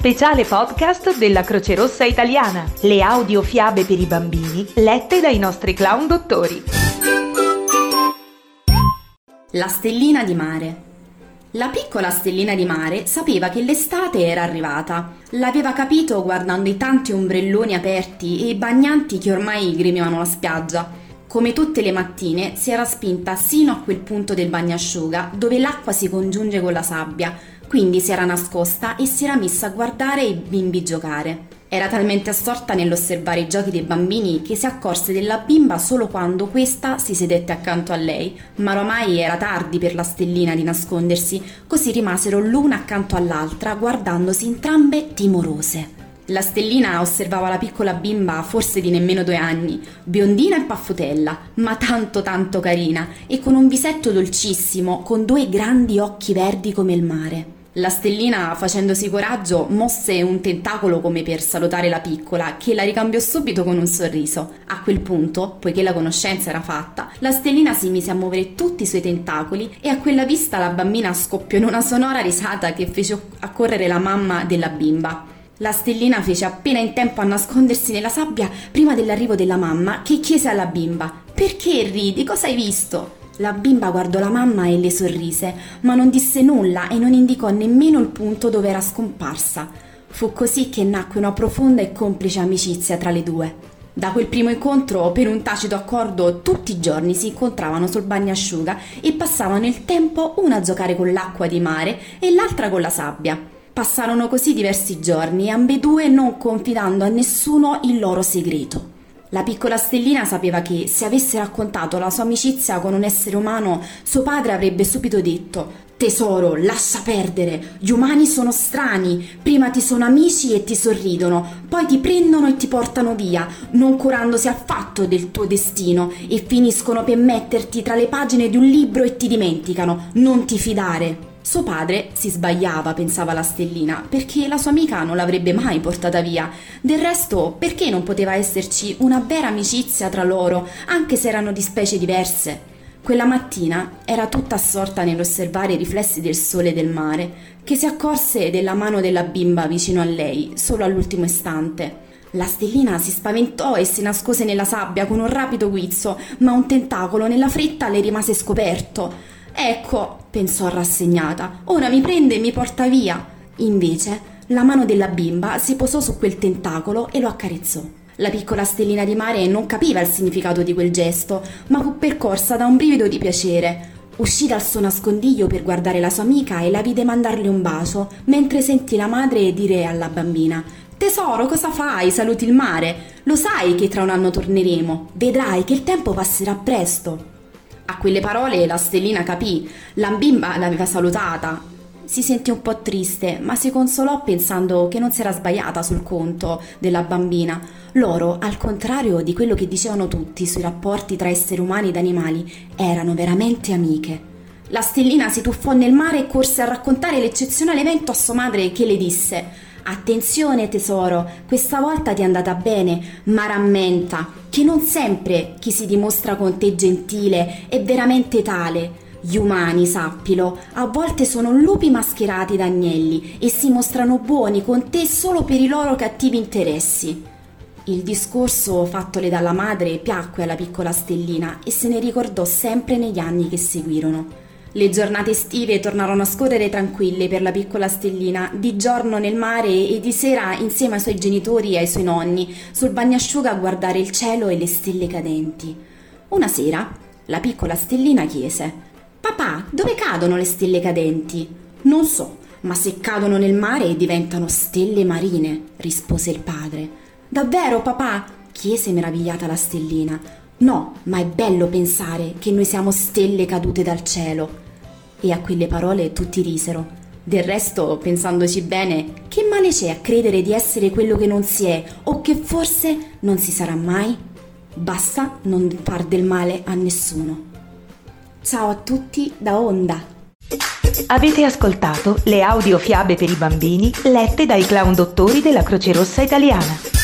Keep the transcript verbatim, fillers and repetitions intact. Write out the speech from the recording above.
speciale podcast della Croce Rossa Italiana, le audiofiabe per i bambini lette dai nostri clown dottori. La stellina di mare. La piccola stellina di mare sapeva che l'estate era arrivata. L'aveva capito guardando i tanti ombrelloni aperti e i bagnanti che ormai gremivano la spiaggia. Come tutte le mattine si era spinta sino a quel punto del bagnasciuga dove l'acqua si congiunge con la sabbia, quindi si era nascosta e si era messa a guardare i bimbi giocare. Era talmente assorta nell'osservare i giochi dei bambini che si accorse della bimba solo quando questa si sedette accanto a lei, ma ormai era tardi per la stellina di nascondersi, così rimasero l'una accanto all'altra guardandosi entrambe timorose. La stellina osservava la piccola bimba forse di nemmeno due anni, biondina e paffutella, ma tanto tanto carina e con un visetto dolcissimo, con due grandi occhi verdi come il mare. La stellina, facendosi coraggio, mosse un tentacolo come per salutare la piccola, che la ricambiò subito con un sorriso. A quel punto, poiché la conoscenza era fatta, la stellina si mise a muovere tutti i suoi tentacoli e a quella vista la bambina scoppiò in una sonora risata che fece accorrere la mamma della bimba. La stellina fece appena in tempo a nascondersi nella sabbia prima dell'arrivo della mamma, che chiese alla bimba: «Perché ridi? Cosa hai visto?» La bimba guardò la mamma e le sorrise, ma non disse nulla e non indicò nemmeno il punto dove era scomparsa. Fu così che nacque una profonda e complice amicizia tra le due. Da quel primo incontro, per un tacito accordo, tutti i giorni si incontravano sul bagnasciuga e passavano il tempo una a giocare con l'acqua di mare e l'altra con la sabbia. Passarono così diversi giorni, ambedue non confidando a nessuno il loro segreto. La piccola stellina sapeva che se avesse raccontato la sua amicizia con un essere umano, suo padre avrebbe subito detto: «Tesoro, lascia perdere, gli umani sono strani, prima ti sono amici e ti sorridono, poi ti prendono e ti portano via, non curandosi affatto del tuo destino e finiscono per metterti tra le pagine di un libro e ti dimenticano, non ti fidare». Suo padre si sbagliava, pensava la stellina, perché la sua amica non l'avrebbe mai portata via. Del resto, perché non poteva esserci una vera amicizia tra loro, anche se erano di specie diverse? Quella mattina era tutta assorta nell'osservare i riflessi del sole e del mare, che si accorse della mano della bimba vicino a lei, solo all'ultimo istante. La stellina si spaventò e si nascose nella sabbia con un rapido guizzo, ma un tentacolo nella fretta le rimase scoperto. «Ecco», pensò rassegnata, «ora mi prende e mi porta via». Invece la mano della bimba si posò su quel tentacolo e lo accarezzò. La piccola stellina di mare non capiva il significato di quel gesto, ma fu percorsa da un brivido di piacere. Uscì dal suo nascondiglio per guardare la sua amica e la vide mandarle un bacio, mentre sentì la madre dire alla bambina: «Tesoro, cosa fai? Saluti il mare? Lo sai che tra un anno torneremo? Vedrai che il tempo passerà presto». A quelle parole la stellina capì, la bimba l'aveva salutata. Si sentì un po' triste, ma si consolò pensando che non si era sbagliata sul conto della bambina. Loro, al contrario di quello che dicevano tutti sui rapporti tra esseri umani ed animali, erano veramente amiche. La stellina si tuffò nel mare e corse a raccontare l'eccezionale evento a sua madre, che le disse: «Attenzione tesoro, questa volta ti è andata bene, ma rammenta che non sempre chi si dimostra con te gentile è veramente tale. Gli umani, sappilo, a volte sono lupi mascherati da agnelli e si mostrano buoni con te solo per i loro cattivi interessi». Il discorso fattole dalla madre piacque alla piccola stellina e se ne ricordò sempre negli anni che seguirono. Le giornate estive tornarono a scorrere tranquille per la piccola stellina, di giorno nel mare e di sera insieme ai suoi genitori e ai suoi nonni, sul bagnasciuga a guardare il cielo e le stelle cadenti. Una sera la piccola stellina chiese: «Papà, dove cadono le stelle cadenti?» «Non so, ma se cadono nel mare diventano stelle marine», rispose il padre. «Davvero, papà?» chiese meravigliata la stellina. «No, ma è bello pensare che noi siamo stelle cadute dal cielo». E a quelle parole tutti risero. Del resto, pensandoci bene, che male c'è a credere di essere quello che non si è o che forse non si sarà mai? Basta non far del male a nessuno. Ciao a tutti da Onda. Avete ascoltato le audiofiabe per i bambini lette dai clown dottori della Croce Rossa Italiana.